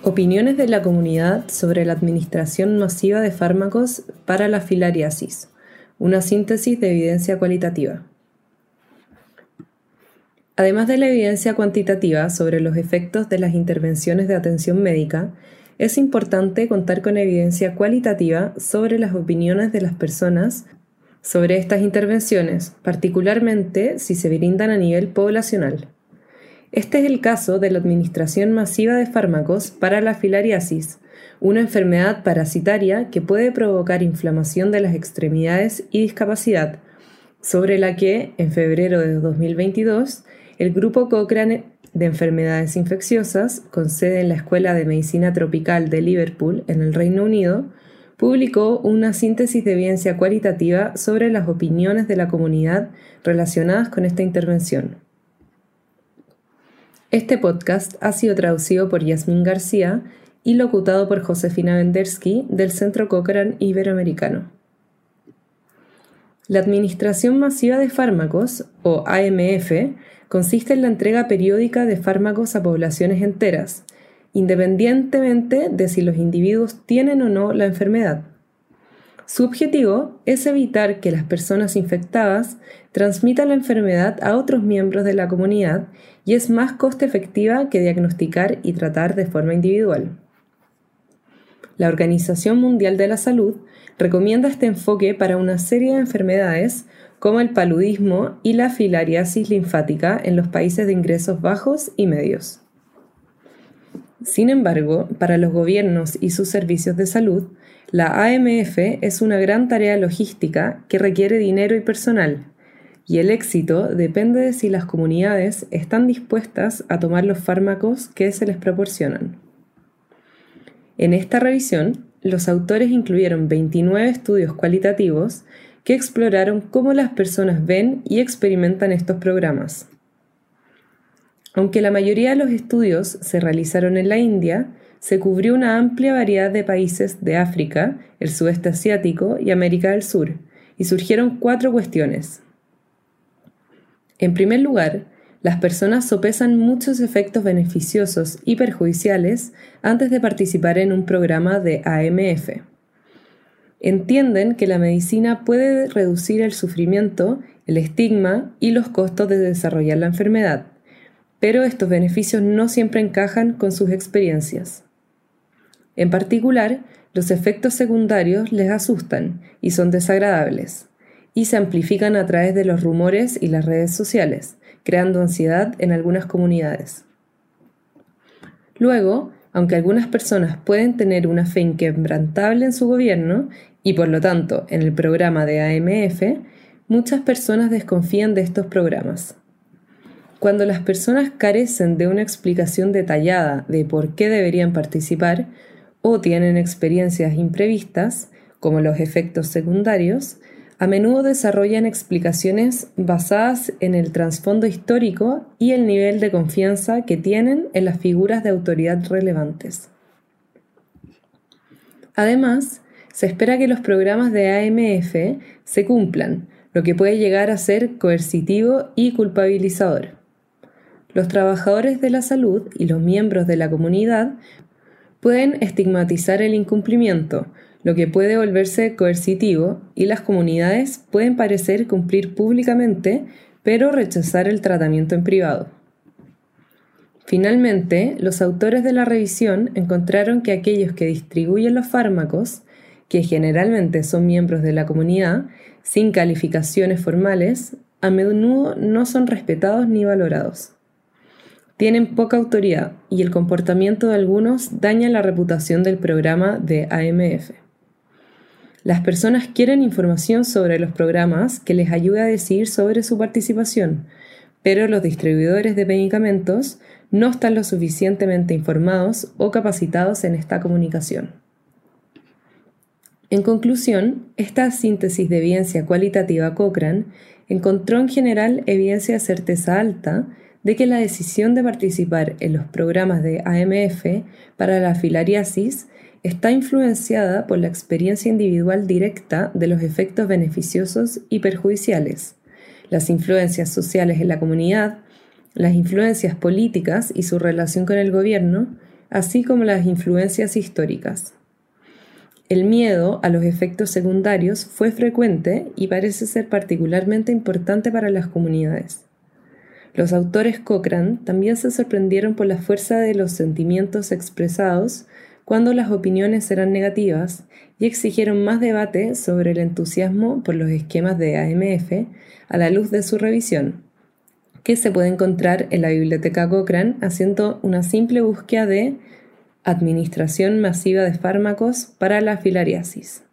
Opiniones de la comunidad sobre la administración masiva de fármacos para la filariasis. Una síntesis de evidencia cualitativa. Además de la evidencia cuantitativa sobre los efectos de las intervenciones de atención médica, es importante contar con evidencia cualitativa sobre las opiniones de las personas sobre estas intervenciones, particularmente si se brindan a nivel poblacional. Este es el caso de la administración masiva de fármacos para la filariasis, una enfermedad parasitaria que puede provocar inflamación de las extremidades y discapacidad, sobre la que, en febrero de 2022, el Grupo Cochrane de Enfermedades Infecciosas, con sede en la Escuela de Medicina Tropical de Liverpool, en el Reino Unido, publicó una síntesis de evidencia cualitativa sobre las opiniones de la comunidad relacionadas con esta intervención. Este podcast ha sido traducido por Yasmín García y locutado por Josefina Vendersky del Centro Cochrane Iberoamericano. La administración masiva de fármacos, o AMF, consiste en la entrega periódica de fármacos a poblaciones enteras, independientemente de si los individuos tienen o no la enfermedad. Su objetivo es evitar que las personas infectadas transmitan la enfermedad a otros miembros de la comunidad y es más coste efectiva que diagnosticar y tratar de forma individual. La Organización Mundial de la Salud recomienda este enfoque para una serie de enfermedades como el paludismo y la filariasis linfática en los países de ingresos bajos y medios. Sin embargo, para los gobiernos y sus servicios de salud, la AMF es una gran tarea logística que requiere dinero y personal, y el éxito depende de si las comunidades están dispuestas a tomar los fármacos que se les proporcionan. En esta revisión, los autores incluyeron 29 estudios cualitativos que exploraron cómo las personas ven y experimentan estos programas. Aunque la mayoría de los estudios se realizaron en la India, se cubrió una amplia variedad de países de África, el sudeste asiático y América del Sur, y surgieron 4 cuestiones. En primer lugar, las personas sopesan muchos efectos beneficiosos y perjudiciales antes de participar en un programa de AMF. Entienden que la medicina puede reducir el sufrimiento, el estigma y los costos de desarrollar la enfermedad, pero estos beneficios no siempre encajan con sus experiencias. En particular, los efectos secundarios les asustan y son desagradables, y se amplifican a través de los rumores y las redes sociales, creando ansiedad en algunas comunidades. Luego, aunque algunas personas pueden tener una fe inquebrantable en su gobierno, y por lo tanto en el programa de AMF, muchas personas desconfían de estos programas. Cuando las personas carecen de una explicación detallada de por qué deberían participar o tienen experiencias imprevistas, como los efectos secundarios, a menudo desarrollan explicaciones basadas en el trasfondo histórico y el nivel de confianza que tienen en las figuras de autoridad relevantes. Además, se espera que los programas de AMF se cumplan, lo que puede llegar a ser coercitivo y culpabilizador. Los trabajadores de la salud y los miembros de la comunidad pueden estigmatizar el incumplimiento, lo que puede volverse coercitivo, y las comunidades pueden parecer cumplir públicamente, pero rechazar el tratamiento en privado. Finalmente, los autores de la revisión encontraron que aquellos que distribuyen los fármacos, que generalmente son miembros de la comunidad, sin calificaciones formales, a menudo no son respetados ni valorados. Tienen poca autoridad y el comportamiento de algunos daña la reputación del programa de AMF. Las personas quieren información sobre los programas que les ayude a decidir sobre su participación, pero los distribuidores de medicamentos no están lo suficientemente informados o capacitados en esta comunicación. En conclusión, esta síntesis de evidencia cualitativa Cochrane encontró en general evidencia de certeza alta de que la decisión de participar en los programas de AMF para la filariasis está influenciada por la experiencia individual directa de los efectos beneficiosos y perjudiciales, las influencias sociales en la comunidad, las influencias políticas y su relación con el gobierno, así como las influencias históricas. El miedo a los efectos secundarios fue frecuente y parece ser particularmente importante para las comunidades. Los autores Cochrane también se sorprendieron por la fuerza de los sentimientos expresados cuando las opiniones eran negativas y exigieron más debate sobre el entusiasmo por los esquemas de AMF a la luz de su revisión, que se puede encontrar en la Biblioteca Cochrane haciendo una simple búsqueda de administración masiva de fármacos para la filariasis.